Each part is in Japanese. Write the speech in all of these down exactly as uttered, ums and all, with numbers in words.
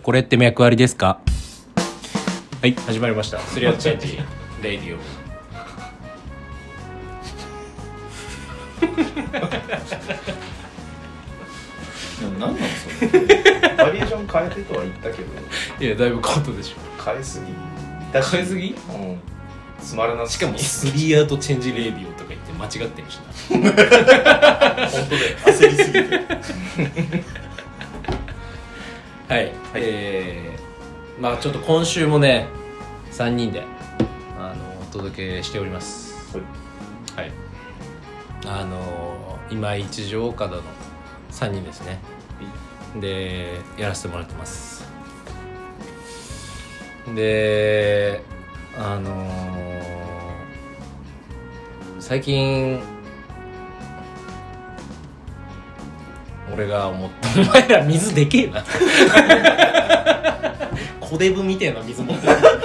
これって脈ありですか？はい、始まりましたスリーアウトチェンジレイディオ何なのそれバリエーション変えてとは言ったけどいやだいぶカットでしょ。 変えすぎ変えすぎ？ うんつまらなしかもスリーアウトチェンジレイディオとか言って間違ってるしな本当だよ焦りすぎてはい、はい、えー、まあちょっと今週もねさんにんであのお届けしております。はい、はい、あの今一条岡田のさんにんですね。でやらせてもらってます。であのー、最近俺が思ったお前ら水でけえな小デブみたいな水持ってるこんぐらい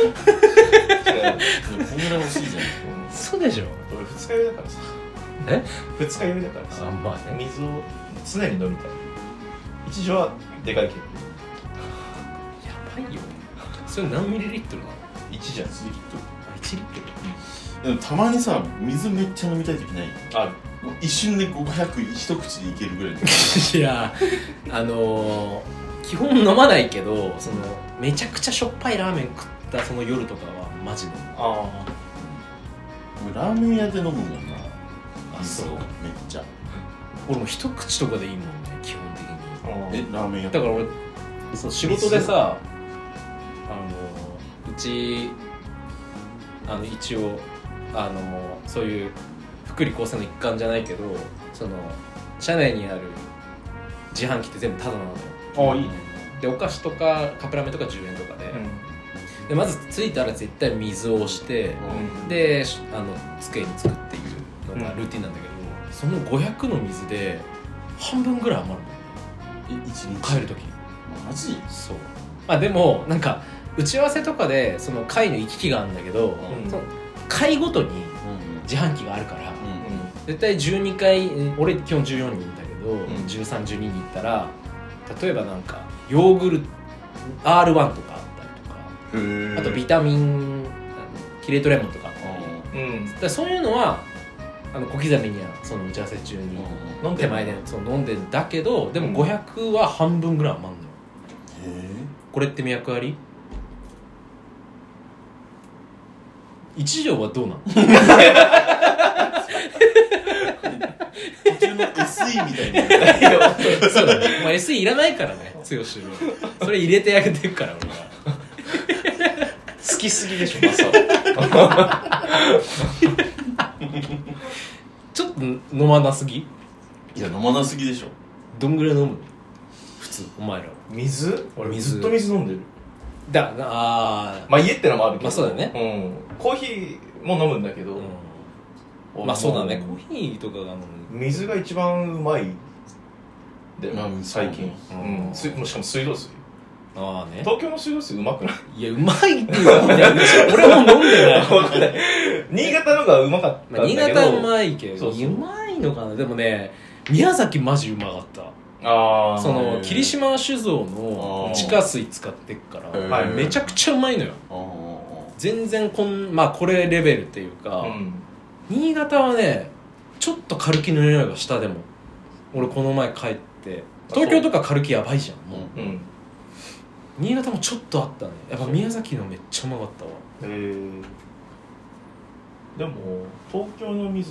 欲しいじゃん。 そうでしょ。 俺二日酔いだからさ。 え二日酔いだからさ。 あ、まあね、 水を常に飲みたい。一錠はでかいけどやばいよ。それ何ミリリットルなの？ いちじゃん。いちリットル。 あ、いちリットル、 でもたまにさ水めっちゃ飲みたい時ない？ ある。 もう一瞬でごひゃく一口でいけるぐらいいやあのー、基本飲まないけどそのめちゃくちゃしょっぱいラーメン食ったその夜とかはマジでああラーメン屋で飲むもんな。 あ、そう。 めっちゃ俺も一口とかでいいもんね基本的に。 えラーメン屋だから俺そう仕事でさあのうちあの一応あのそういう福利厚生の一環じゃないけどその社内にある自販機って全部タダなのよ。 ああいいね。 でお菓子とかカップラーメンとかじゅうえんとかで、うん、でまず着いたら絶対水を押して、うん、であの机につくっていうのがルーティンなんだけど、うん、そのごひゃくの水で半分ぐらい余るの。 えいちにち帰るときマジ？ そう。まあでもなんか打ち合わせとかでその会の行き来があるんだけど、うん、その会ごとに自販機があるから、うんうん、絶対じゅうにかい俺基本じゅうよにんいたけど、うん、じゅうさん、じゅうにに行ったら例えばなんかヨーグルト アールワン とかあったりとかあとビタミンキレートレモンとかあったり、うん、だからそういうのはあの小刻みにはその打ち合わせ中に飲んで手前でそう飲んでんだけどでもごひゃくは半分ぐらい余んのよ。へえ。これって脈あり？一条はどうなの？ 途中の エスイー みたいなそうだね。まあ エスイー いらないからね剛。それ入れてあげてるから俺は好きすぎでしょマサちょっと飲まなすぎ？ いや飲まなすぎでしょ。 どんぐらい飲むの普通お前らは？ 水？俺水ずっと水飲んでる。 だあまあ家ってのもあるけどまあそうだね、 うん、コーヒーも飲むんだけど、うん、 まあそうだね。コーヒーとかが飲む水が一番うまいで、まあ、最近、 うんうん、しかも水道水。 ああね。 東京の水道水うまくない？ いやうまいっていうか俺も飲んでない新潟のがうまかったんだけど、 まあ、新潟うまいけどそうそううまいのかな。でもね宮崎マジうまかった。 あその霧島酒造の地下水使ってっからめちゃくちゃうまいのよ。全然こん、まあ、これレベルっていうか、うん、新潟はねちょっとカルキの匂いがした。でも俺この前帰って東京とかカルキやばいじゃんもう、うん、新潟もちょっとあったね。やっぱ宮崎のめっちゃうまかったわ。 へえ。でも東京の水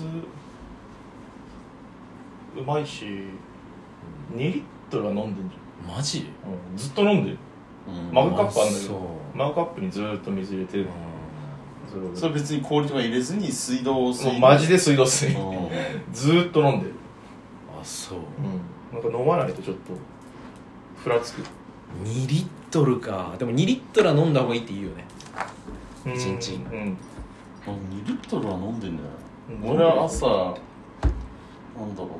うまいしにリットルは飲んでんじゃん。マジ？ うん、ずっと飲んでる、うん、マグカップあんだけどマグカップにずっと水入れてる、 うん、それ別に氷とか入れずに水道水？ もうマジで水道水ずっと飲んでる。 あ、そう、 うん、なんか飲まないとちょっとふらつく。 にリットルか。でもにリットルは飲んだ方がいいって言うよねいちにち、うん、 にリットルは飲んでんだよ、うん、俺は朝なんだろう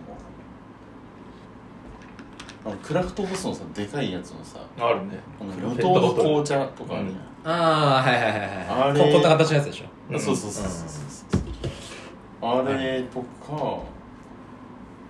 な、クラフトボスのさでかいやつのさあるね、 無糖の紅茶とかあるね、 うん、ああはいはいはいはい。あれこんな形のやつでしょ、 うん、そうそうそうそうそう、うん、あれとか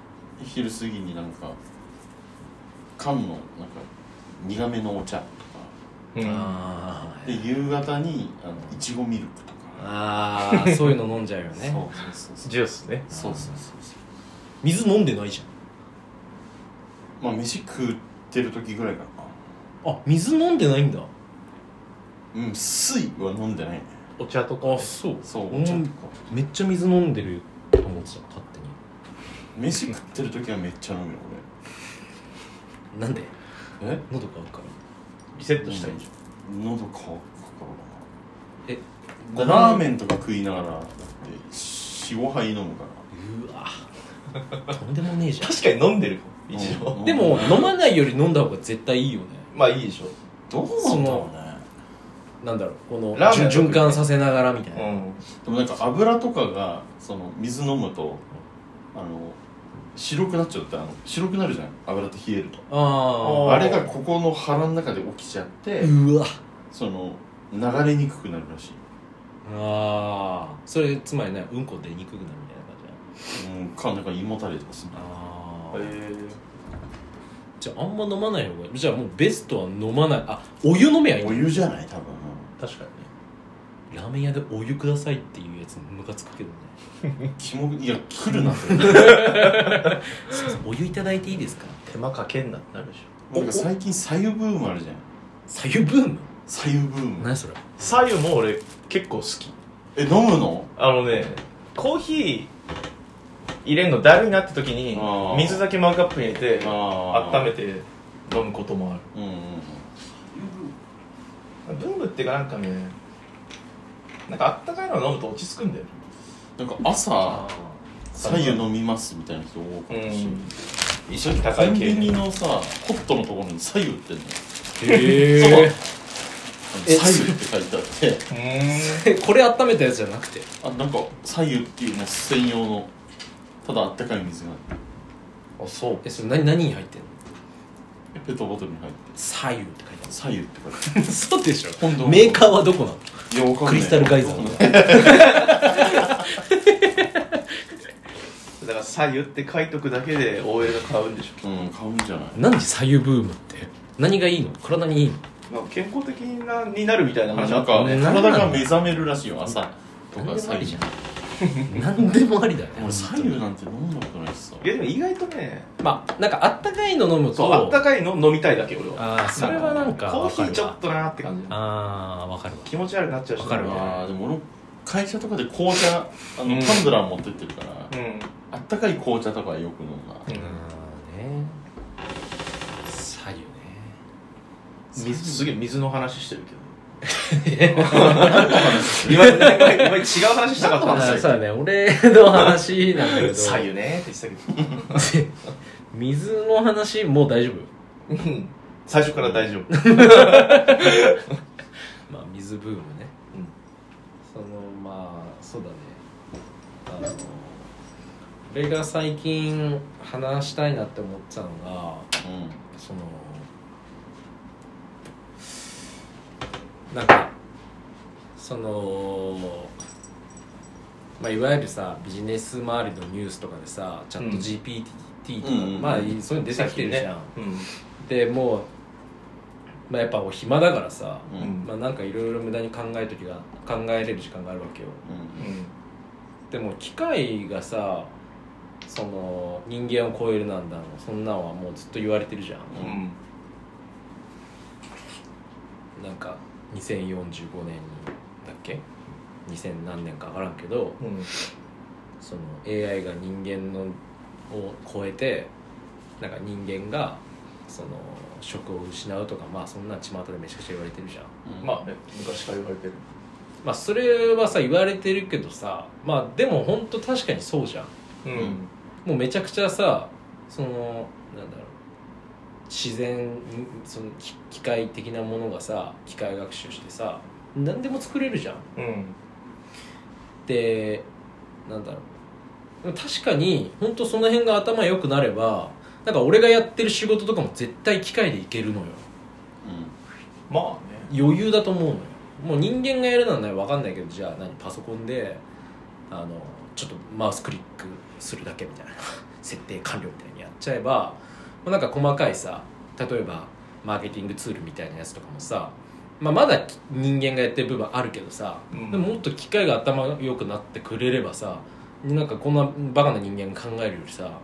昼過ぎになんか缶のなんか苦めのお茶とかうん、あで夕方にあのいちごミルクとかああそういうの飲んじゃうよねそうそうそうそうジュースねそうそうそうそう水飲んでないじゃんまあ飯食ってる時ぐらいかなあ水飲んでないんだうん水は飲んでないねお茶とか、ね、 あそうそうお茶とかめっちゃ水飲んでると思ってた勝手に飯食ってる時はめっちゃ飲むよ俺なんでえ喉乾くからリセットしたいんじゃん喉乾くからなえラーメンとか食いながらだって よん,ご 杯飲むからうわとんでもねえじゃん確かに飲んでる一応でも飲まないより飲んだ方が絶対いいよねまあいいでしょどうなんだろうねなんだろうこのラーメン循環させながらみたいな、 うん、 でもなんか油とかがその水飲むとあの白くなっちゃうってあの白くなるじゃん油って冷えるとああれがここの腹の中で起きちゃってうわその流れにくくなるらしいああそれつまりねうんこ出にくくなるみたいな感じうんかなんか胃もたれとかするああへえじゃああんま飲まない方がいいじゃあもうベストは飲まないあお湯飲めやいいお湯じゃない多分確かにねラーメン屋でお湯くださいっていうやつムカつくけどねキモいや来るなってすいませんお湯いただいていいですか手間かけんなってなるでしょなんか最近白湯ブームあるじゃん左右ブーム白湯ブーム何それ白湯も俺結構好きえ飲むのあのねコーヒー入れんのだるいなって時にあー水だけマグカップに入れてあ温めて飲むこともあるうんうんうんブームっていうかなんかねなんかあったかいのを飲むと落ち着くんだよなんか朝白湯飲みますみたいな人多かったし、 うん、一緒に高いコン系ビニのさホットのところに白湯売ってんのへそうえ白湯って書いてあってうんこれ温めたやつじゃなくてあなんか白湯っていうもう専用のただあったかい水があそうえそれ何何に入ってんのペットボトルに入って左右って書いてある白湯って書いてあるそうでしょ本当メーカーはどこなのいやわかんないクリスタルガイザーのだから左右って書いとくだけで オーエル が買うんでしょ、 うん買うんじゃない何で左右ブームって何がいいの体にいいのまあ、健康的なになるみたいな話なんかね体が目覚めるらしいよ朝とか何でもありじゃんん何でもありだね俺白湯なんて飲んだことないしさいやでも意外とねまあなんかあったかいの飲むとそうあったかいの飲みたいだけ俺はああそれはなんかコーヒーちょっととなーって感じああ分かるわ気持ち悪くなっちゃうしわかるわあーでも俺会社とかで紅茶あの、 うんタンブラー持ってってるから、 うんあったかい紅茶とかよく飲んだ、 うんね左右ね水すげえ水の話してるけど今今今違う話したかったんあですよそうだね俺の話なんだけど左右ねって言ってたけど水の話もう大丈夫うん最初から大丈夫まあ水ブームね、 うん、 そのまあそうだねあの俺が最近話したいなって思ってたのがうんそのなんかそのまあいわゆるさビジネス周りのニュースとかでさチャット ジーピーティー とか、 うんうん、 まあそういうの出てきてるじゃん、 ねうんでもう、まあ、やっぱ暇だからさ、 うんまあ、なんかいろいろ無駄に考える時が考えれる時間があるわけよ。 うんでも機械がさその人間を超えるなんだのそんなんはもうずっと言われてるじゃん、 うんなんかにせんよんじゅうごねんにだっけにせん何年か分からんけどうんその エーアイ が人間のを超えてなんか人間がその職を失うとかまあそんな巷でめちゃくちゃ言われてるじゃん。 うんまあね昔から言われてるまあそれはさ言われてるけどさまあでも本当確かにそうじゃん。 うんもうめちゃくちゃさそのなんだろう自然その機械的なものがさ機械学習してさ何でも作れるじゃん。 うんでなんだろう確かに本当その辺が頭良くなればなんか俺がやってる仕事とかも絶対機械でいけるのよ。 まあね余裕だと思うのよ。もう人間がやるのはね分かんないけどじゃあ何パソコンであのちょっとマウスクリックするだけみたいな設定完了みたいにやっちゃえばなんか細かいさ例えばマーケティングツールみたいなやつとかもさまあ、まだ人間がやってる部分あるけどさ、うん、でももっと機械が頭良くなってくれればさ、なんかこんなバカな人間が考えるよりさ、うん、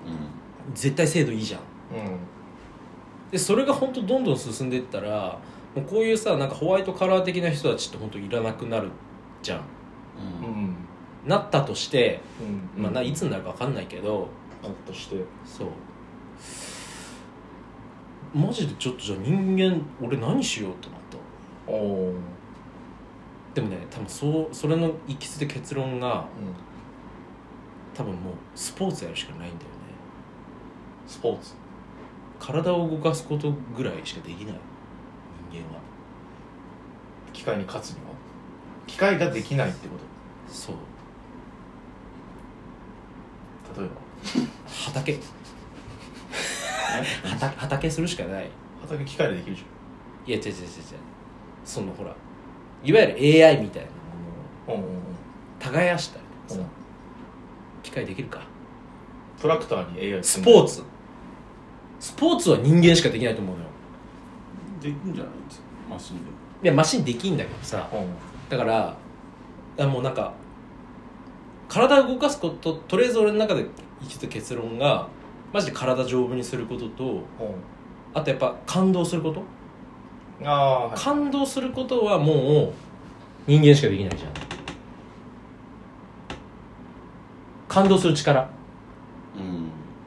絶対精度いいじゃん、うん、でそれが本当どんどん進んでいったらもうこういうさなんかホワイトカラー的な人たちって本当いらなくなるじゃん、うん、なったとして、うん、まあ、ないつになるか分かんないけど、 なったとしてそうマジでちょっとじゃあ人間俺何しようと思った。おでもね多分そうそれの行きつけ結論が、うん、多分もうスポーツやるしかないんだよね。 スポーツ体を動かすことぐらいしかできない人間は。 機械に勝つには機械ができないってこと。 そう例えば畑畑畑するしかない。 畑機械でできるじゃん。いや違う違う違う違うそのほらいわゆる エーアイ みたいなものを耕したりとかさ、機械できるか。 トラクターに エーアイスポーツスポーツは人間しかできないと思うのよ。 できんじゃないですかマシンで。 いやマシンできんだけどさ、だからもうなんか体を動かすこととりあえず俺の中で生きた結論がマジで体丈夫にすることと、あとやっぱ感動すること。あ、はい、感動することはもう人間しかできないじゃん。感動する力、うん、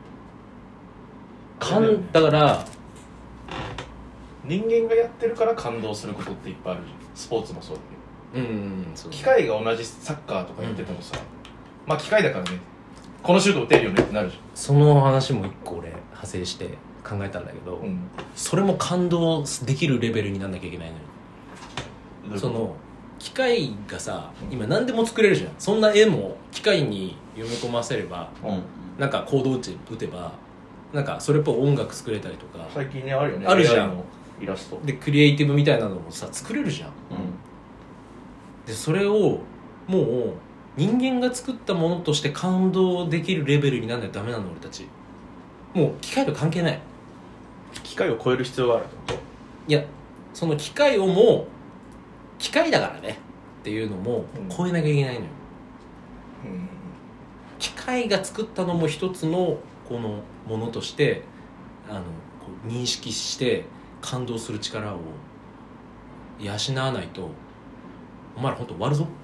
かんだから人間がやってるから感動することっていっぱいあるじゃん。スポーツもそうだけど、うんうん、そう機械が同じサッカーとかやっててもさ、うん、まあ機械だからねこのシュート打てるよねってなるじゃん。 その話も一個俺派生して考えたんだけど、うん、それも感動できるレベルになんなきゃいけないのよ。その機械がさ今何でも作れるじゃん。そんな絵も機械に読み込ませれば、うん、なんかコード打ち打てばなんかそれっぽい音楽作れたりとか最近ねあるよね。 あるじゃん。 イラストでクリエイティブみたいなのもさ作れるじゃん、うん、でそれをもう人間が作ったものとして感動できるレベルになんないとダメなの俺たち。もう機械と関係ない。 機械を超える必要があるってこと。 いやその機械をも機械だからねっていうのも超えなきゃいけないのよ、うん、機械が作ったのも一つのこのものとしてあのこう認識して感動する力を養わないとお前ら本当終わるぞ。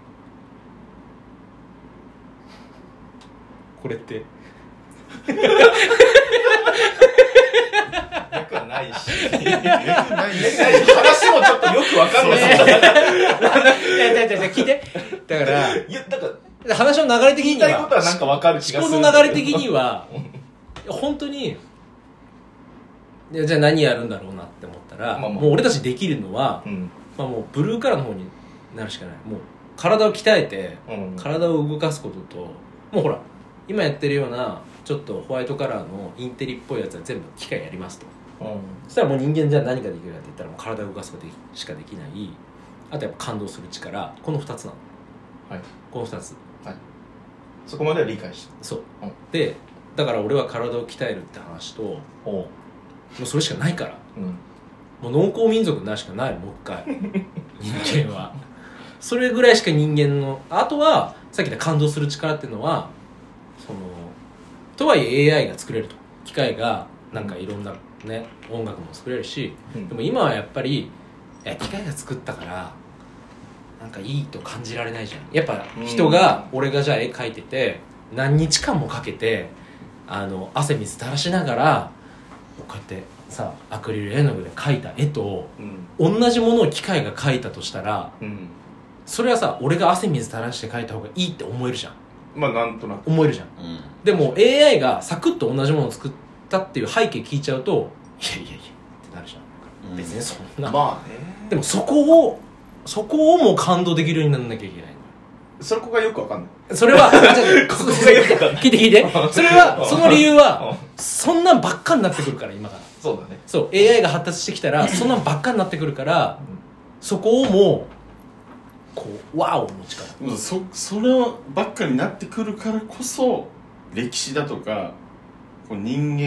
これってよくはないし話もちょっとよくわかんないそうだいやいやいや聞いてだからいやだから話の流れ的には言いたいことはなんかわかる気がする。 思考の流れ的には本当にじゃあ何やるんだろうなって思ったら、まあまあ、もう俺たちできるのは、うんまあ、もうブルーカラーの方になるしかない。もう体を鍛えて、うん、体を動かすことともうほら今やってるようなちょっとホワイトカラーのインテリっぽいやつは全部機械やりますと、うん、そしたらもう人間じゃ何ができるかって言ったらもう体を動かすことしかできない。あとやっぱ感動する力、このふたつなの、はい、このふたつ、はい、 そこまでは理解した。 そう、うん、でだから俺は体を鍛えるって話ともうそれしかないから、うん、もう農耕民族になるしかない。もう一回人間はそれぐらいしか人間のあとはさっき言った感動する力っていうのはそのとはいえ エーアイ が作れると。機械がなんかいろんなね音楽も作れるし、うん、でも今はやっぱりいや機械が作ったからなんかいいと感じられないじゃん。やっぱ人が、うん、俺がじゃあ絵描いてて何日間もかけてあの汗水垂らしながらこうやってさアクリル絵の具で描いた絵と、うん、同じものを機械が描いたとしたら、うん、それはさ俺が汗水垂らして描いた方がいいって思えるじゃん。 まあなんとなく思えるじゃん、うん、でも エーアイ がサクッと同じものを作ったっていう背景聞いちゃうといやいやいやってなるじゃん、うん、別にそんなまあね。 でもそこをそこをもう感動できるようにならなきゃいけない。 そこがよくわかんない。 それはここがよくわかんない聞いて聞いてそれはその理由はそんなんばっかになってくるから今から。 そうだね。 そう エーアイ が発達してきたらそんなんばっかになってくるから、うん、そこをもうこうワオの力、 そそればっかりになってくるからこそ歴史だとかこう人間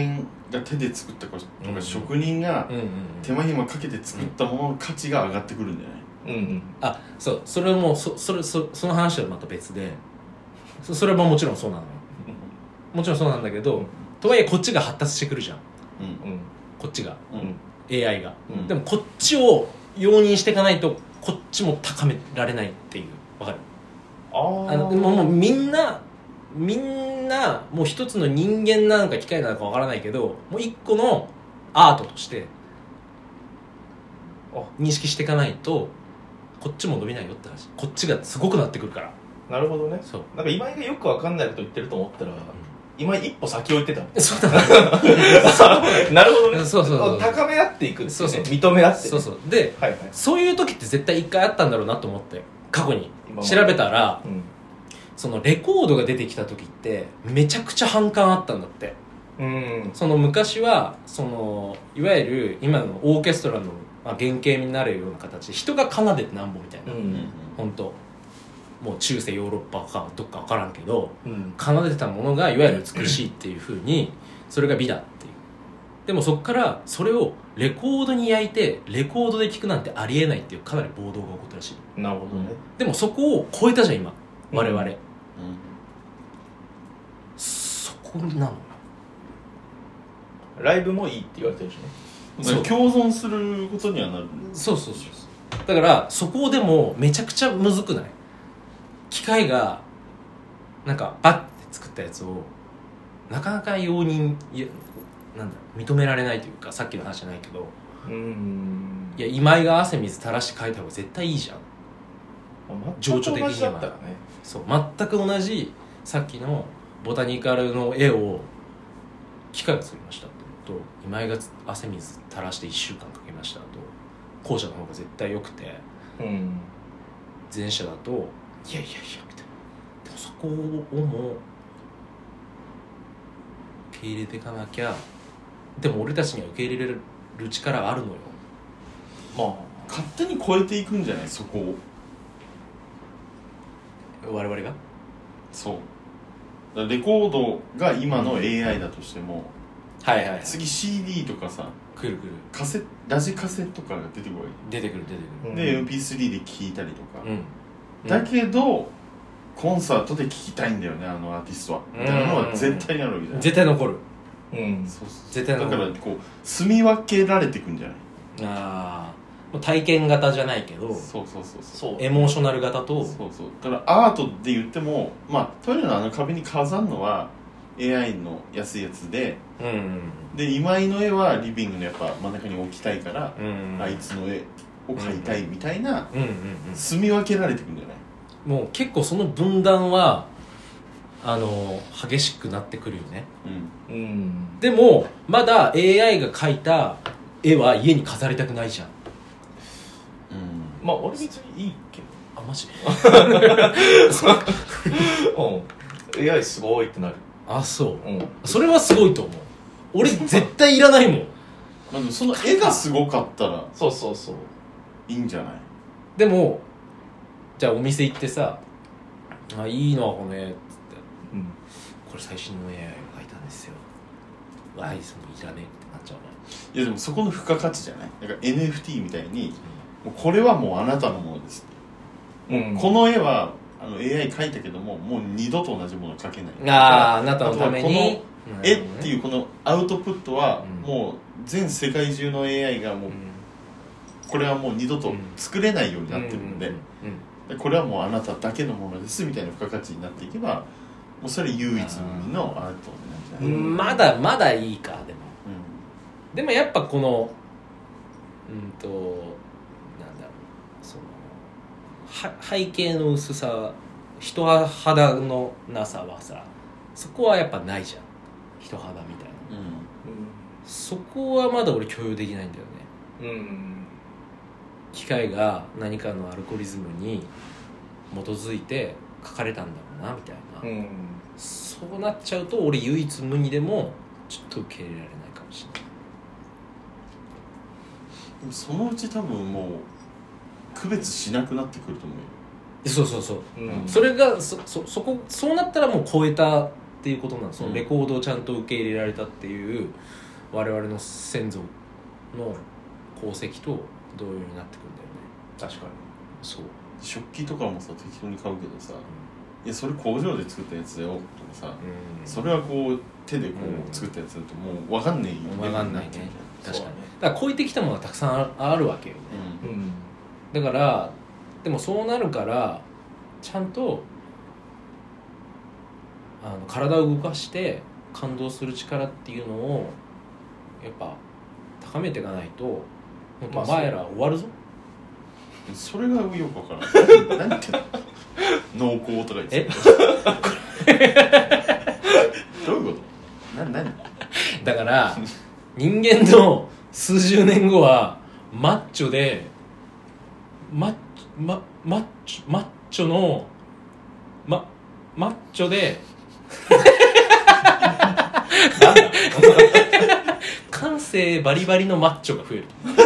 が手で作ったこととか、職人が手間暇かけて作ったものの価値が上がってくるんじゃない？ うんうん、あ、そうそれもそそれ そ, その話はまた別で、そ, それももちろんそうなのよもちろんそうなんだけど、うん、とはいえこっちが発達してくるじゃん、うんうん、こっちが、うん、エーアイ が、うん、でもこっちを容認していかないとこっちも高められないっていう、わかる？ああのもうもうみんなみんなもう一つの人間なのか機械なのかわからないけど、もう一個のアートとして認識していかないとこっちも伸びないよって話。こっちがすごくなってくるから。 なるほどね。そうなんか今井がよくわかんないこと言ってると思ったら、うん、今井一歩先を言ってたの。 そうだなるほどね。 そうそうそう、 高め合っていくんですね。 そうそう、 認め合って、ね、 そうそうで、はいはい、そういう時って絶対一回あったんだろうなと思って過去に調べたら、うん、そのレコードが出てきた時ってめちゃくちゃ反感あったんだって。うん、その昔はそのいわゆる今のオーケストラのまあ、原型になるような形で人が奏でてなんぼみたいな、うん、本当もう中世ヨーロッパかどっか分からんけど、うん、奏でてたものがいわゆる美しいっていう風にそれが美だっていう。でもそこからそれをレコードに焼いてレコードで聴くなんてありえないっていうかなり暴動が起こったらしい。 なるほどね。 でもそこを超えたじゃん今我々、うんうん、そこなのよ。 ライブもいいって言われてるしね。 共存することにはなる。 そうそうそう。だからそこでもめちゃくちゃむずくない？機械がなんかバッて作ったやつをなかなか容認いやなんだ認められないというか、さっきの話じゃないけど、うーん、いや今井が汗水垂らして描いた方が絶対いいじゃん。情緒的には、ね、そう全く同じさっきのボタニカルの絵を機械が作りましたってと今井が汗水垂らしていっしゅうかんかけましたと後者の方が絶対良くて、うん、前者だといやいやいやみたいな。でもそこをも受け入れていかなきゃ。でも俺たちには受け入れれる力あるのよ。 まあ勝手に超えていくんじゃないそこを我々が。 そうレコードが今の エーアイ だとしても、 うん、はいはいはい、 次 シーディー とかさ来る来るカセラジカセとかが出てくるわけ。出てくる出てくる。 で エムピースリー で聴いたりとか、うん、だけどコンサートで聴きたいんだよねあのアーティストはみたいなのは絶対にあるわけじゃない。 絶対残る。 うん、そうそう絶対残る。だからこう住み分けられていくんじゃない。 ああ体験型じゃないけど、 そうそうそうそうエモーショナル型と、 そうそうだからアートで言ってもまあトイレのあの壁に飾るのはエーアイ の安いやつで、うんうん、で今井の絵はリビングのやっぱ真ん中に置きたいから、うんうん、あいつの絵を描いたいみたいな、うんうんうん、住み分けられていくんじゃない。 もう結構その分断はあの激しくなってくるよね、うんうん、でもまだ エーアイ が描いた絵は家に飾りたくないじゃん。 うん、まあ俺別にいいけど。 あマジそううん、エーアイ すごいってなる。 あそう、うん、それはすごいと思う。俺絶対いらないもんまあその絵がすごかったらそうそうそういいんじゃない。 でもじゃあお店行ってさあいいのはこの絵っつって、うん、これ最新の エーアイ が描いたんですよ。アイスもいらねえってなっちゃうね。 いやでもそこの付加価値じゃない。だから エヌエフティー みたいに、うん、もうこれはもうあなたのものですって、うん、この絵はあの エーアイ 描いたけどももう二度と同じもの描けない。 あああなたのためにこの絵っていうこのアウトプットはもう全世界中の エーアイ がもうこれはもう二度と作れないようになってるんで、でこれはもうあなただけのものですみたいな付加価値になっていけばもうそれ唯一無二のアートなんじゃない。 まだまだいいか。でも、うん、でもやっぱこのうんとなんだろうそのは背景の薄さ人肌のなさはさそこはやっぱないじゃん人肌みたいな、うんうん、そこはまだ俺許容できないんだよね、うん、機械が何かのアルゴリズムに基づいて書かれたんだろうなみたいな、うん、そうなっちゃうと俺唯一無二でもちょっと受け入れられないかもしれない。 でもそのうち多分もう区別しなくなってくると思うよ。 そうそうそう、うん、それが そ, そ, そこそうなったらもう超えたっていうことなの。そのレコードをちゃんと受け入れられたっていう我々の先祖の功績と同様になってくんだよね。 確かに。 そう食器とかもさ適当に買うけどさ、いやそれ工場で作ったやつだよとかさ、うん、それはこう手でこう作ったやつだともう分かんないよね。 分かんないね。確かに。だから超えてきたものがたくさんあるわけよね、うん、だからでもそうなるからちゃんとあの体を動かして感動する力っていうのをやっぱ高めていかないと本当お前ら終わるぞ。 それがよく分からない何言ってんの濃厚とか言ってどういうことな何だから人間の数十年後はマッチョでマ, マ, マ, ッチマッチョのマ, マッチョでなんだ感性バリバリのマッチョが増える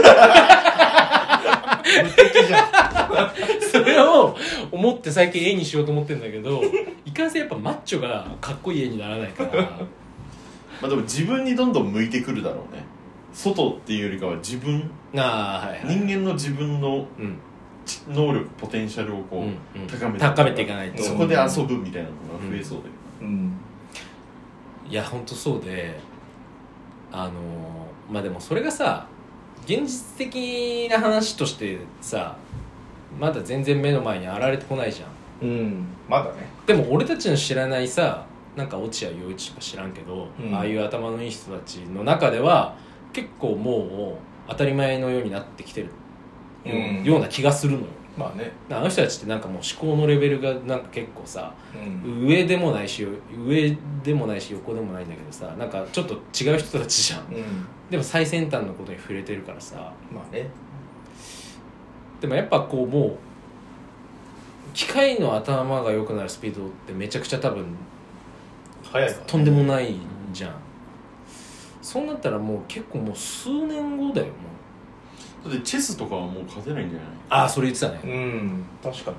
無敵じゃんそれを思って最近絵にしようと思ってるんだけどいかんせんやっぱマッチョがかっこいい絵にならないからまあでも自分にどんどん向いてくるだろうね。外っていうよりかは自分、 あ、はいはい、 人間の自分の能力、ポテンシャルをこう、うんうん、高めて高めていかないとそこで遊ぶみたいなのが増えそうで、うんうん、 いやほんとそうで、あのまあでもそれがさ現実的な話としてさまだ全然目の前に現れてこないじゃん。 うんまだね。 でも俺たちの知らないさなんか落合陽一とか知らんけど、うん、ああいう頭のいい人たちの中では結構もう当たり前のようになってきてる、うん、ような気がするのよ。 まあね、 あの人たちってなんかもう思考のレベルがなんか結構さ、うん、上でもないし上でもないし横でもないんだけどさなんかちょっと違う人たちじゃん、うん、でも最先端のことに触れてるからさ。 まあね。 でもやっぱこうもう機械の頭が良くなるスピードってめちゃくちゃ多分速いから、ね、 とんでもないじゃん、うん、そうなったらもう結構もう数年後だよもう。だってチェスとかはもう勝てないんじゃない？ ああそれ言ってたね。 うん確かに、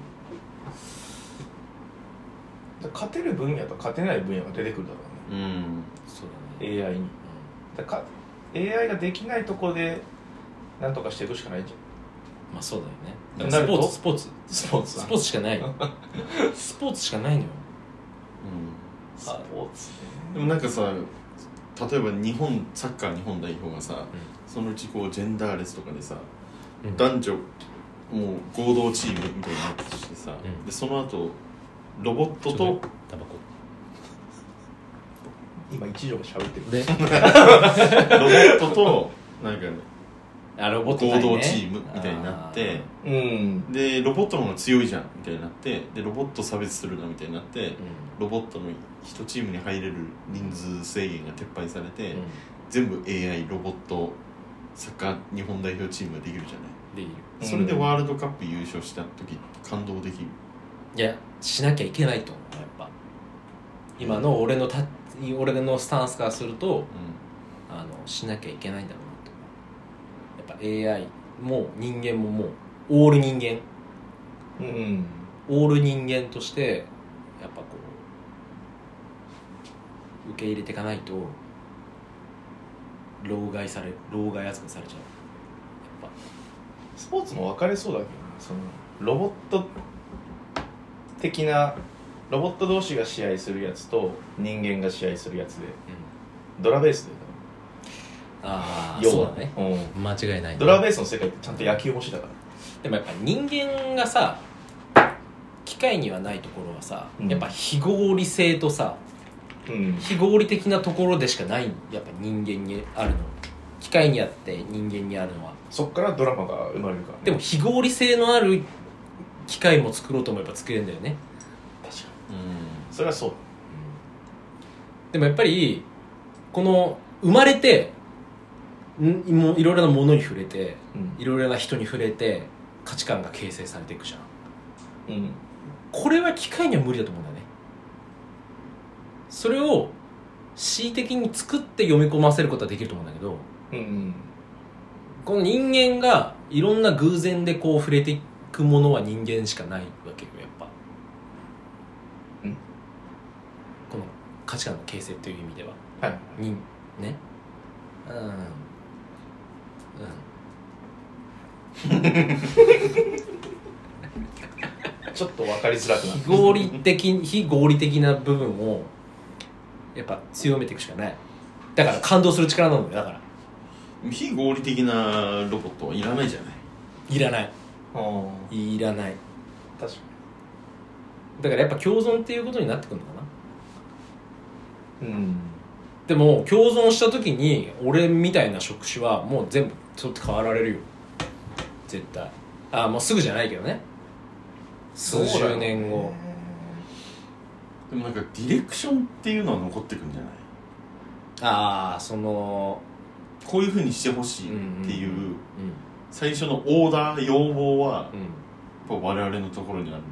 うん、勝てる分野と勝てない分野が出てくるだろうね。うんそうだね エーアイ に、うん、だか エーアイ ができないところでなんとかしていくしかないじゃん。 まあそうだよね。だからスポーツスポーツスポーツスポーツしかないスポーツしかないのよ、 うん、スポーツね。 でもなんかさ例えば日本サッカー日本代表がさ、うん、そのうちこうジェンダーレスとかでさ、うん、男女もう合同チームみたいになってしてさ、うん、でその後ロボットとタバコ今一条が喋ってるでロボットとなんか、ね、 あロボット合同チームみたいになって、うん、でロボットの方が強いじゃんみたいになってでロボット差別するなみたいになって、うん、ロボットの一チームに入れる人数制限が撤廃されて、うん、全部 エーアイ ロボットサッカー日本代表チームができるじゃない。できる。それでワールドカップ優勝した時感動できる。 いやしなきゃいけないと思うやっぱ今の俺のた俺のスタンスからすると、うん、あのしなきゃいけないんだろうなと。やっぱ エーアイ も人間ももうオール人間、うん、オール人間としてやっぱこう受け入れていかないと老害され老害扱いされちゃう。やっぱスポーツも分かれそうだけどね。そのロボット的なロボット同士が試合するやつと人間が試合するやつで、うん、ドラベースでああそうだね、うん、間違いない、ね、 ドラベースの世界ってちゃんと野球模試だから。 でもやっぱ人間がさ機械にはないところはさ、うん、やっぱ非合理性とさ、うん、非合理的なところでしかないやっぱ人間にあるの。機械にあって人間にあるのはそっからドラマが生まれるから、ね、 でも非合理性のある機械も作ろうと思えば作れるんだよね。 確かに、うん、それはそう、うん、 でもやっぱりこの生まれてんもういろいろなものに触れて、いろいろな人に触れて価値観が形成されていくじゃん、うん、これは機械には無理だと思うんだよね。それを恣意的に作って読み込ませることはできると思うんだけど、うんうん、この人間がいろんな偶然でこう触れていくものは人間しかないわけよやっぱ、うん、この価値観の形成という意味では、はい、にねうんうんちょっと分かりづらくなる。 非合理的非合理的な部分をやっぱ強めていくしかない。だから感動する力なのよ。だから非合理的なロボットはいらないじゃない。 いらないあいらない。 確かだからやっぱ共存っていうことになってくるのかな。 うんでも共存した時に俺みたいな職種はもう全部ちょっと変わられるよ絶対。あもうすぐじゃないけどね、数十年後。 でもなんかディレクションっていうのは残ってくるんじゃない。 ああそのこういう風にしてほしいっていう、 うんうんうん、 最初のオーダー要望は、 うん、 やっぱ我々のところにあるね。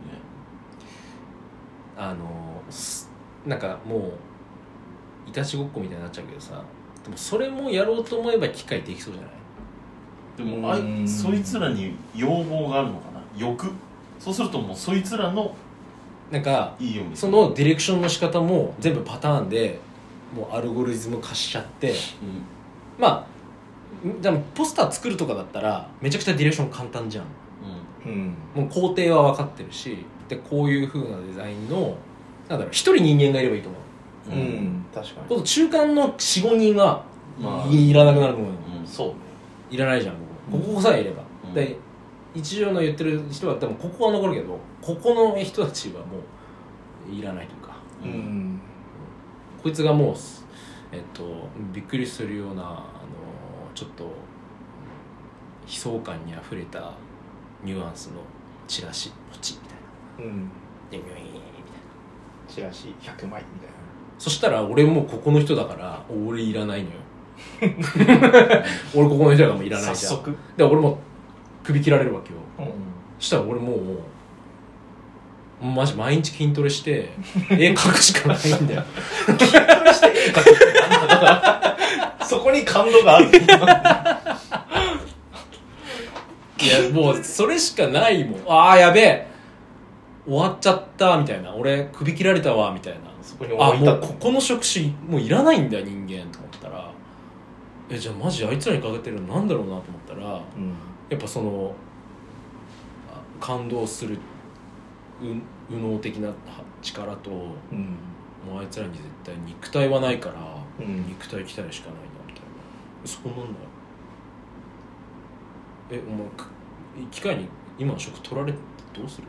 あのなんかもういたちごっこみたいになっちゃうけどさ、でもそれもやろうと思えば機械できそうじゃない。 でもあいそいつらに要望があるのかな、欲。そうするともうそいつらのなんかいいようにそのディレクションの仕方も全部パターンでもうアルゴリズム化しちゃって、うん、まあでもポスター作るとかだったらめちゃくちゃディレクション簡単じゃん、うん、もう工程は分かってるし、でこういう風なデザインのなんだろう一人人間がいればいいと思う。 うん、うん、確かに。 この中間の よん,ご 人は、まあ、いらなくなると思うよ、 うん、そうね。 いらないじゃんここさえいれば、うん、で一条の言ってる人はでもここは残るけどここの人たちはもういらないというか、うん、こいつがもう、えっと、びっくりするようなあのちょっと悲壮感にあふれたニュアンスのチラシポチみたいな、うん、でみょいみたいなチラシひゃくまいみたいな。 そしたら俺もうここの人だから俺いらないのよ俺ここの人だからもういらないじゃん。早速で俺も首切られるわけよ、うん、そしたら俺もうマジ毎日筋トレして絵描くしかないんだよ筋トレして絵描くってなんだからそこに感動があるいやもうそれしかないもん。ああやべえ終わっちゃったみたいな、俺首切られたわみたいな、そこにあもうここの職種もういらないんだよ人間と思ったら、えじゃあマジあいつらにかけてるのなんだろうなと思ったら、うん、やっぱその感動する右脳的な力と、うん、もうあいつらに絶対肉体はないから、うん、肉体鍛えるしかないなみたいな、そこなんだよ。えお前機械に今の職取られてどうする。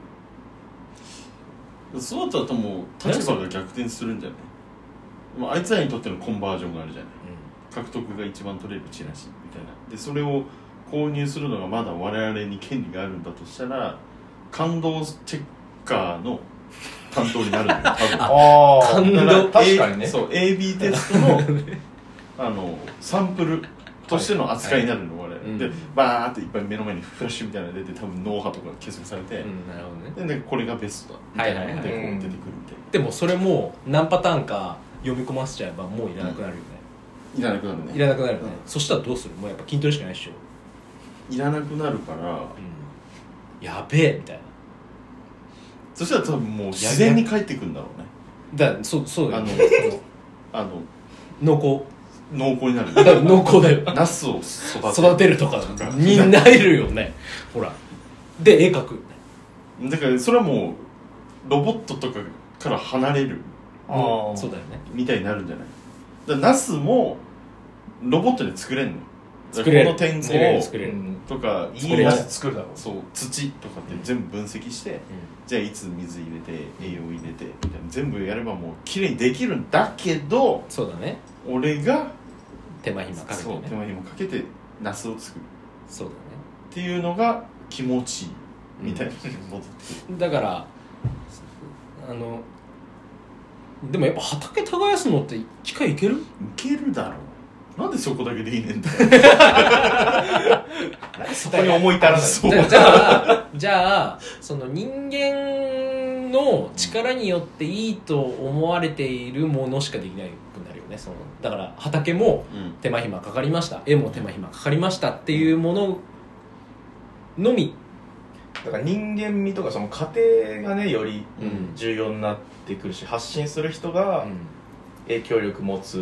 そうだったらもう立場が逆転するんじゃない。まあ、あいつらにとってのコンバージョンがあるじゃない、うん、獲得が一番取れるチラシみたいなで、それを購入するのがまだ我々に権利があるんだとしたら感動チェッカーの担当になるんだよ多分ああ感動確かにね。 そう エービー テストのあのサンプルとしての扱いになるの、はいはい、でバーっていっぱい目の前にフラッシュみたいなのが出て多分脳波とか計測されて、うん、なるほどね、でこれがベストだみたいなのでこう出てくるみたいな。 でもそれも何パターンか読み込ませちゃえばもういらなくなるよね、 うん、いらなくなるね。 いらなくなるよね、うん、そしたらどうする。もうやっぱ筋トレしかないでしょ。 いらなくなるから、うん、 やべえみたいな。 そしたら多分もう自然に帰ってくるんだろうね。 だそうそうだよ、ね、 あのあの濃厚濃厚になる。 だから濃厚だよナスを育てる育てるとかになれるよねほらで絵描く。 だからそれはもうロボットとかから離れる、 あそうだよねみたいになるんじゃない。だからナスもロボットで作れんの。 作れる。 この天候とかいいナス作るだろう。 そう土とかって全部分析して、うん、じゃあいつ水入れて栄養入れてみたいな全部やればもう綺麗にできるんだけど、 そうだね、俺が手間暇かけて、ね、 そう手間暇かけてナスを作る。 そうだねっていうのが気持ちいいみたいな、 うん、だからあのでもやっぱ畑耕すのって機械いける？いけるだろう。なんでそこだけでいいねんだよそこに思い至らない。 じゃあじゃあその人間の力によっていいと思われているものしかできないくなるよね。そのだから畑も手間暇かかりました、うん、絵も手間暇かかりましたっていうもののみだから人間味とかその過程がねより重要になってくるし、うん、発信する人が影響力持つ、うん、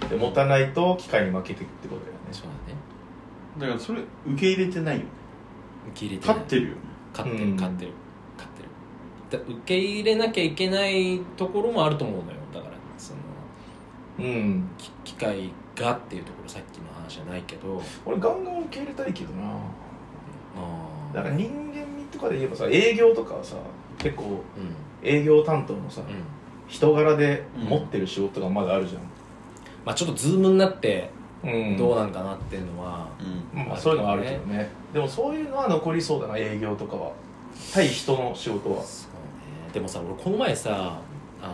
で持たないと機械に負けていくってことだよね。 そうだね。 だからそれ受け入れてないよね。 受け入れてない。 勝ってるよね。 勝ってる勝ってる、勝ってる。だ受け入れなきゃいけないところもあると思うのよ。だからその、うん、機械がっていうところ、さっきの話じゃないけど、 俺ガンガン受け入れたいけどな。あだから人間味とかで言えばさ、営業とかはさ結構、うん、営業担当のさ、うん、人柄で持ってる仕事がまだあるじゃん、うん、 まあちょっとズームになってどうなんかなっていうのは、 うんうんまあ、そういうのはあるけどね。でもそういうのは残りそうだな、営業とかは対人の仕事は。 そうね。でもさ、俺この前さ、あの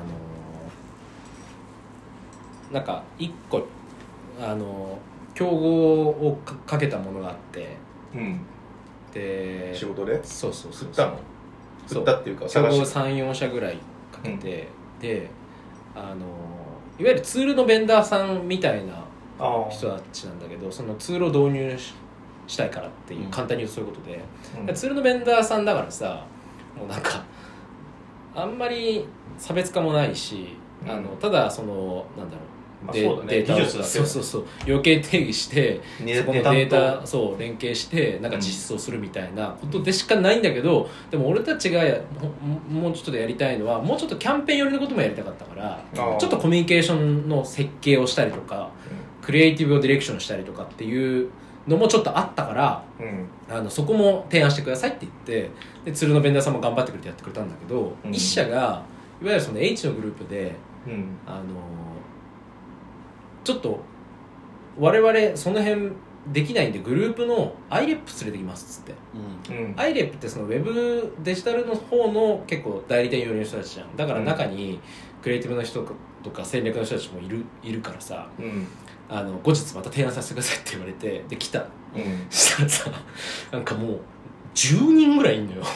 ー、なんか一個あのー、競合を か, かけたものがあって、うん、で仕事でそうそうそう振ったの振ったっていうか競合 さん,よん 社ぐらいかけて、うん、であのー、いわゆるツールのベンダーさんみたいな人たちなんだけど、そのツールを導入 し, したいからっていう、うん、簡単に言うとそういうことで、うん、ツールのベンダーさんだからさ、もうなんかあんまり差別化もないし、うん、あのただそのなんだろう、まあ、そうだね、データを技術だけそうそうそう余計定義して、ね、そこのデータそう連携してなんか実装するみたいなことでしかないんだけど、うん、でも俺たちがもうちょっとでやりたいのはもうちょっとキャンペーン寄りのこともやりたかったから、ちょっとコミュニケーションの設計をしたりとか、うん、クリエイティブをディレクションしたりとかっていうのもちょっとあったから、うん、あのそこも提案してくださいって言って、でツールのベンダーさんも頑張ってくれてやってくれたんだけど、うん、一社がいわゆるその H のグループで、うん、あのちょっと我々その辺できないんでグループの アイレップ 連れてきますっつって、うん、アイレップ ってそのウェブデジタルの方の結構代理店寄りの人たちじゃん。だから中にクリエイティブの人とか戦略の人たちもいる、いるからさ、うん、あの後日また提案させてくださいって言われて、で来た、うん、したらさ、なんかもうじゅうにんぐらいいんのよ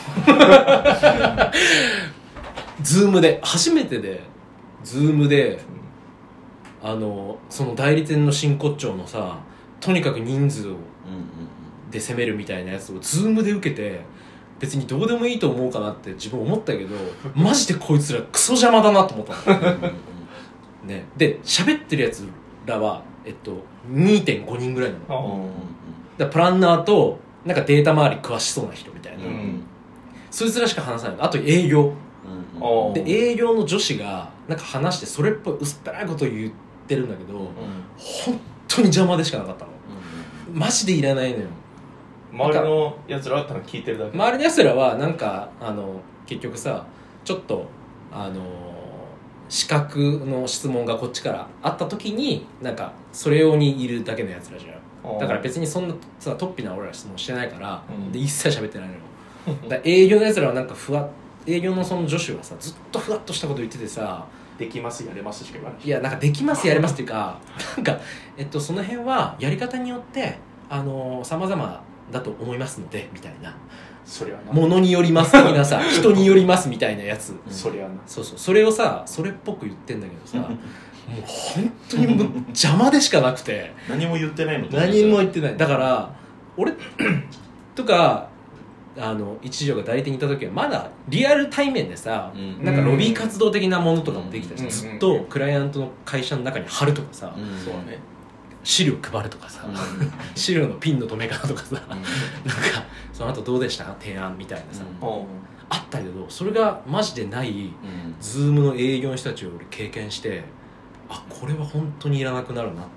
ズームで初めてでズームで、あのその代理店の真骨頂のさ、とにかく人数をで攻めるみたいなやつをズームで受けて、別にどうでもいいと思うかなって自分思ったけどマジでこいつらクソ邪魔だなと思ったのね。で喋ってるやつらは、えっと、にてんごにんぐらいなの。だプランナーとなんかデータ周り詳しそうな人みたいな、うん、そいつらしか話さない。あと営業、うん、で営業の女子がなんか話してそれっぽい薄っぺらいことを言ってるんだけど、うん、本当に邪魔でしかなかったの、うん、マジでいらないのよ。 周りのやつらはただ聞いてるだけ。 周りのやつらはなんかあの結局さ、ちょっとあの資格の質問がこっちからあった時になんかそれ用にいるだけのやつらじゃん。だから別にそんなさトッピーな俺ら質問してないから、うん、で一切喋ってないのよだから営業のやつらはなんかふわ営業のその女子はさずっとふわっとしたこと言っててさ、 できますやれますしか言わない。 いやなんかできますやれますっていうかなんかえっとその辺はやり方によってあの様々だと思いますのでみたいな、 それはなものによります的なさ人によりますみたいなやつ、うん、 それはなそうそうそれをさそれっぽく言ってんだけどさもう本当にもう邪魔でしかなくて何も言ってないの何も言ってない。だから俺とかあの一条が代理店にいた時はまだリアル対面でさ、うん、なんかロビー活動的なものとかもできたし、うん、ずっとクライアントの会社の中に貼るとかさ、うん、そうね、資料配るとかさ、うん、資料のピンの留め方とかさ、うん、なんかその後どうでした提案みたいなさ、うん、あったけどそれがマジでない、うん、ズームの営業の人たちを俺経験して、あこれは本当にいらなくなるなって、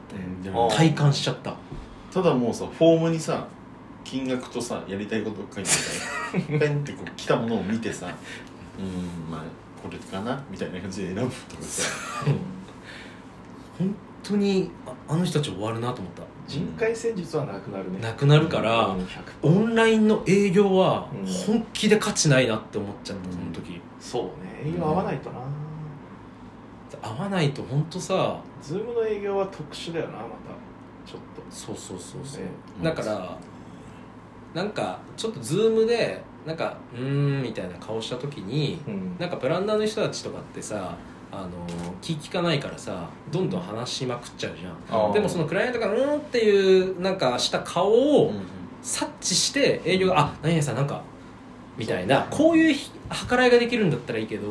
うん、体感しちゃった。 ただもうさフォームにさ金額とさやりたいことを書いてさペンってこう来たものを見てさうんまあこれかなみたいな感じで選ぶとかさ本当に あ, あの人たち終わるなと思った。 人海戦術はなくなるね。 なくなるから、うん、オンラインの営業は本気で価値ないなって思っちゃった、うん、その時。 そうね、営業合わないとな、うん合わないと本当さ、 ズームの営業は特殊だよな、またちょっと。 そうそうそうそう、ね、だからなんかちょっとズームでなんかうーんみたいな顔した時に、うん、なんかプランナーの人たちとかってさあの気利かないからさどんどん話しまくっちゃうじゃん。でもそのクライアントがうーんっていうなんかした顔を察知して営業があ何々さんなんかみたいなこういう計らいができるんだったらいいけど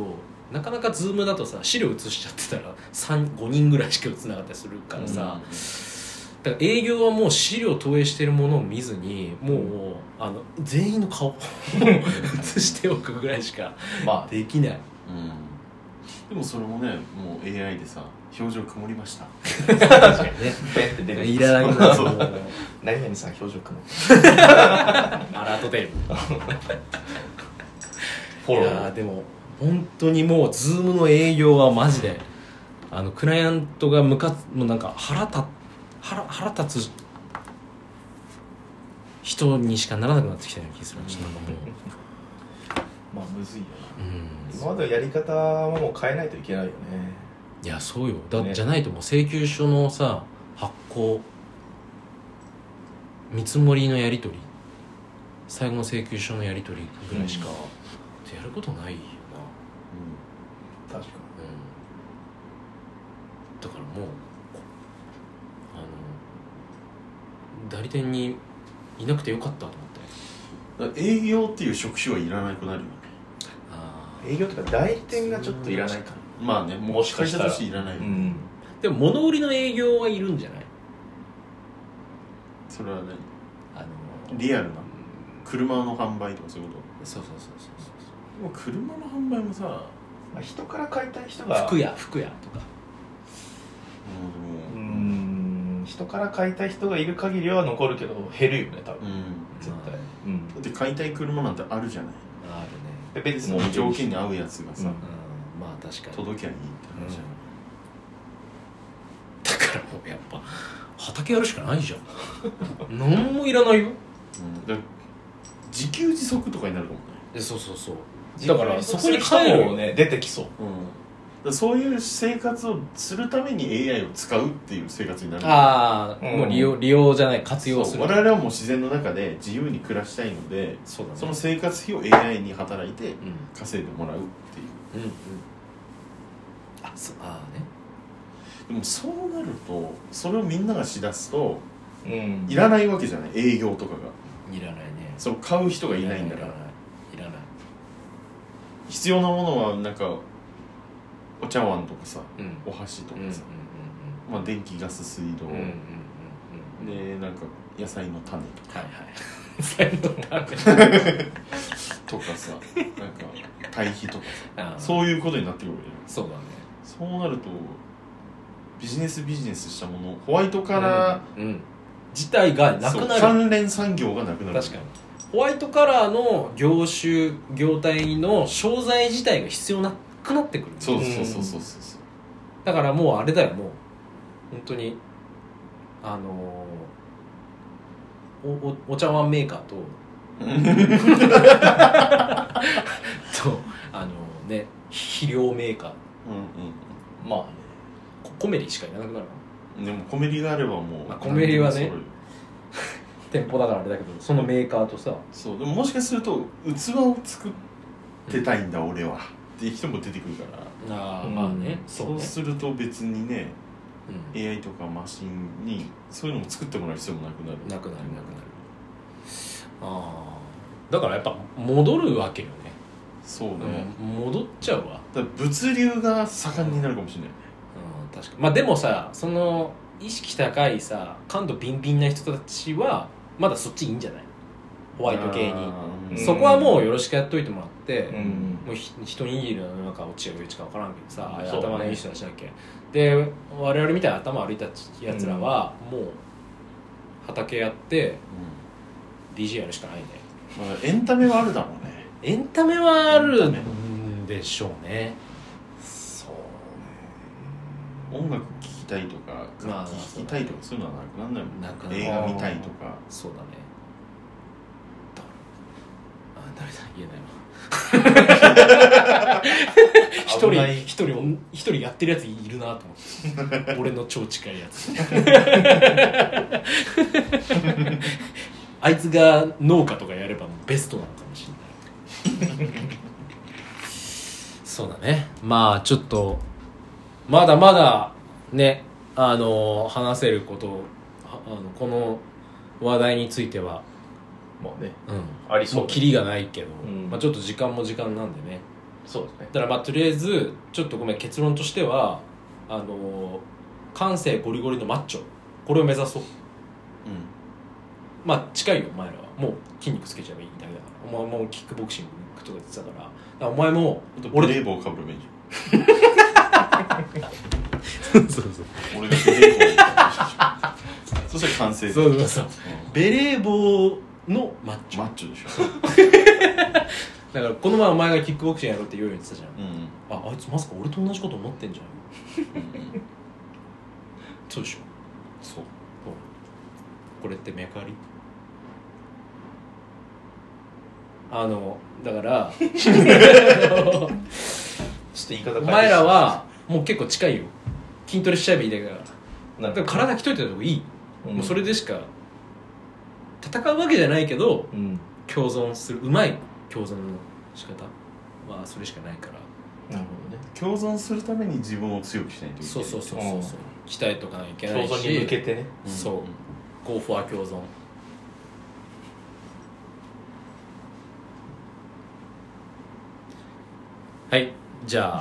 なかなかズームだとさ資料映しちゃってたらさん、ごにんぐらいしか映んなかったりするからさ、うん、だから営業はもう資料投影してるものを見ずにもう、うん、あの全員の顔を映しておくぐらいしかできない、まあうん、でもそれもねもう エーアイ でさ表情曇りました確かにねペンって出るいらないな何々さん表情曇るアラート出るいやでも本当にもうズームの営業はマジであのクライアントがムカもうなんか腹立腹腹立つ人にしかならなくなってきたような気がする、うん、なんかもうまあむずいよな、うん、今までのやり方はもう変えないといけないよね。 いやそうよだ、ね、じゃないともう請求書のさ発行見積もりのやり取り最後の請求書のやり取りぐらいしか、うん、やることないよな、 うん、確かに、 うん、だからもうあの代理店にいなくてよかったと思って営業っていう職種はいらなくなるよね。 あ営業とか代理店がちょっといらないかな。 まあねもしかしたらいらないよ、うん、 でも物売りの営業はいるんじゃない。 それはねあのリアルな車の販売とかそういうこと。 そうそうそうそうでも車の販売もさ、 まあ、人から買いたい人が服屋服屋とかうん、うん人から買いたい人がいる限りは残るけど減るよね多分、うん、絶対、 うん、だって買いたい車なんてあるじゃない。 あるね。別にもう条件に合うやつがさ、うんまあ確かに届きゃいいって話じゃん、うん、だからもうやっぱ畑やるしかないじゃん何もいらないよ、 うん、だ自給自足とかになるかもね。 そうそうそうだからそこに帰るね出てきそう、 うん、だそういう生活をするために エーアイ を使うっていう生活になる。 ああ、うん、もう利用利用じゃない活用する。 我々はもう自然の中で自由に暮らしたいので そ,、ね、その生活費を エーアイ に働いて稼いでもらうっていう、うんうんうん、 あそうあね。 でもそうなるとそれをみんながしだすと、うん、いらないわけじゃない。営業とかがいらないね。 そう買う人がいないんだから。いらないいらない。 必要なものはなんかお茶碗とかさ、うん、お箸とかさ、うんうんうんまあ、電気ガス水道、うんうんうんうん、でなんか野菜の種とか、 はいはい、野菜の種とかさなんか堆肥とかさそういうことになってくるわけじゃん。 そうだね。 そうなるとビジネスビジネスしたものホワイトカラー、うんうん、 自体がなくなる。 関連産業がなくなる。 確かにホワイトカラーの業種業態の商材自体が必要なくなってくる。 そうそうそうそうそう、うん、 だからもうあれだよもう本当にあのー、お, お, お茶碗メーカーととあのね肥料メーカー、うんうん、まあコメリしかいらなくなるの。でもコメリがあればもう、 まあ、コメリはね店舗だからあれだけどそのメーカーとさ、 そうでももしかすると器を作ってたいんだ、うん、俺はっていう人も出てくるから。 ああ、うん、まあねそうね。そうすると別にね、うん、エーアイ とかマシンにそういうのも作ってもらう必要もなくなる。 なくなるなくなる。ああだからやっぱ戻るわけよね。 そうね、 うん、戻っちゃうわ。 だから物流が盛んになるかもしれないね。 うん、確かにまあでもさその意識高いさ感度ビンビンな人たちはまだそっちいいんじゃない。ホワイト系に、うん、そこはもうよろしくやっといてもらって、うん、もう一握りのなんか落ちが上ちか分からんけどさ、うん、頭のいい人たちだっけで我々みたいな頭悪いやつらはもう畑やって、うん、ディージェー やるしかないね。 まあ、エンタメはあるだろうね。 エンタメはあるんでしょうね。 そうね。音楽聴きたいとか楽器聴きたいとかそういうのはなくなんないもん。 なくな映画見たいとか。 そうだね。ダメだ言えないわ一人一人一人やってるやついるなと思って俺の超近いやつあいつが農家とかやればベストなのかもしれないそうだね。まあちょっとまだまだねあの話せることあのこの話題についてはまあね、 うん、ありそうもうキリがないけど、うんまあ、ちょっと時間も時間なんでねそうですね。 だからまあとりあえずちょっとごめん結論としてはあの感性ゴリゴリのマッチョこれを目指そう。うん、まあ近いよお前らはもう筋肉つけちゃえばいいだけだからお前もキックボクシングとか言ってたから、だからお前も俺ベレー帽かぶればいいじゃんそうそうそう俺がベレー帽みたいなそしたら完成。 そうそうそう、うん、ベレー帽のマッチョマッチョでしょだからこの前お前がキックボクシングやろうって言うように言ってたじゃん、 うん、 ああいつまさか俺と同じこと思ってんじゃんそうでしょ。そうこれって脈ありあのだからちょっと言い方変えてお前らはもう結構近いよ。筋トレしちゃえばいいだけだからだから体鍛えてた方がいい、うん、もうそれでしか戦うわけじゃないけど、うん、共存するうまい共存の仕方はそれしかないから。 なるほどね。共存するために自分を強くしないといけない。 そうそうそうそう、うん、鍛えとかなきゃいけないし共存に向けてね、 うん、そう、うん、Go for 共存。はいじゃあ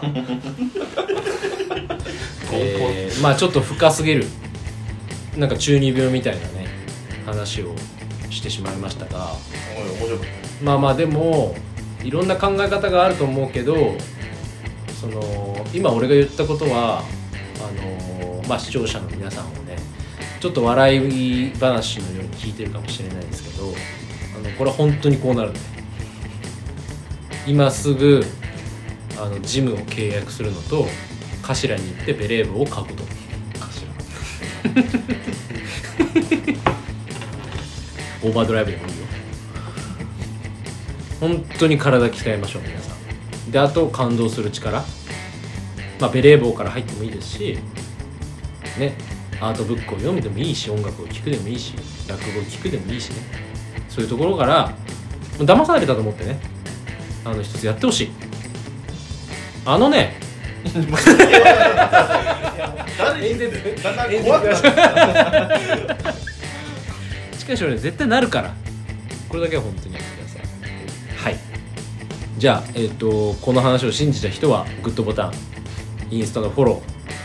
えー、まあちょっと深すぎるなんか中二病みたいなね話をしてしまいましたが、まあまあでもいろんな考え方があると思うけど、その今俺が言ったことはあの、まあ、視聴者の皆さんをねちょっと笑い話のように聞いてるかもしれないですけど、あのこれは本当にこうなるんで、今すぐあのジムを契約するのと頭に行ってベレー帽を買うこと。オーバードライブでもいいよ。本当に体鍛えましょう皆さんで。あと感動する力、まあ、ベレー帽から入ってもいいですしね、アートブックを読むでもいいし、音楽を聴くでもいいし、落語を聴くでもいいしね、そういうところから騙されたと思ってね、あの一つやってほしい。あのね演説だんだん怖くなって近い将来絶対なるから、これだけは本当にやってください。はい、じゃあ、えーと、この話を信じた人はグッドボタン、インスタのフォロー、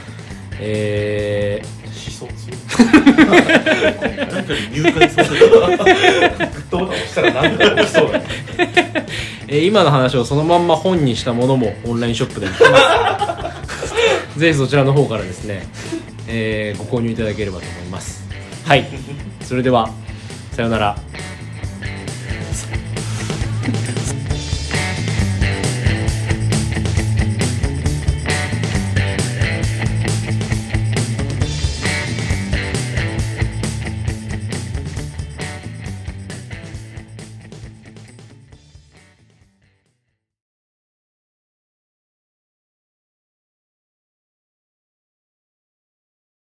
えー思想強いなんかに入会させたらグッドボタン押したら何か起きそうだねえー、今の話をそのまんま本にしたものもオンラインショップで売ってますぜひそちらの方からですね、えー、ご購入いただければと思います。はい、それではさようなら。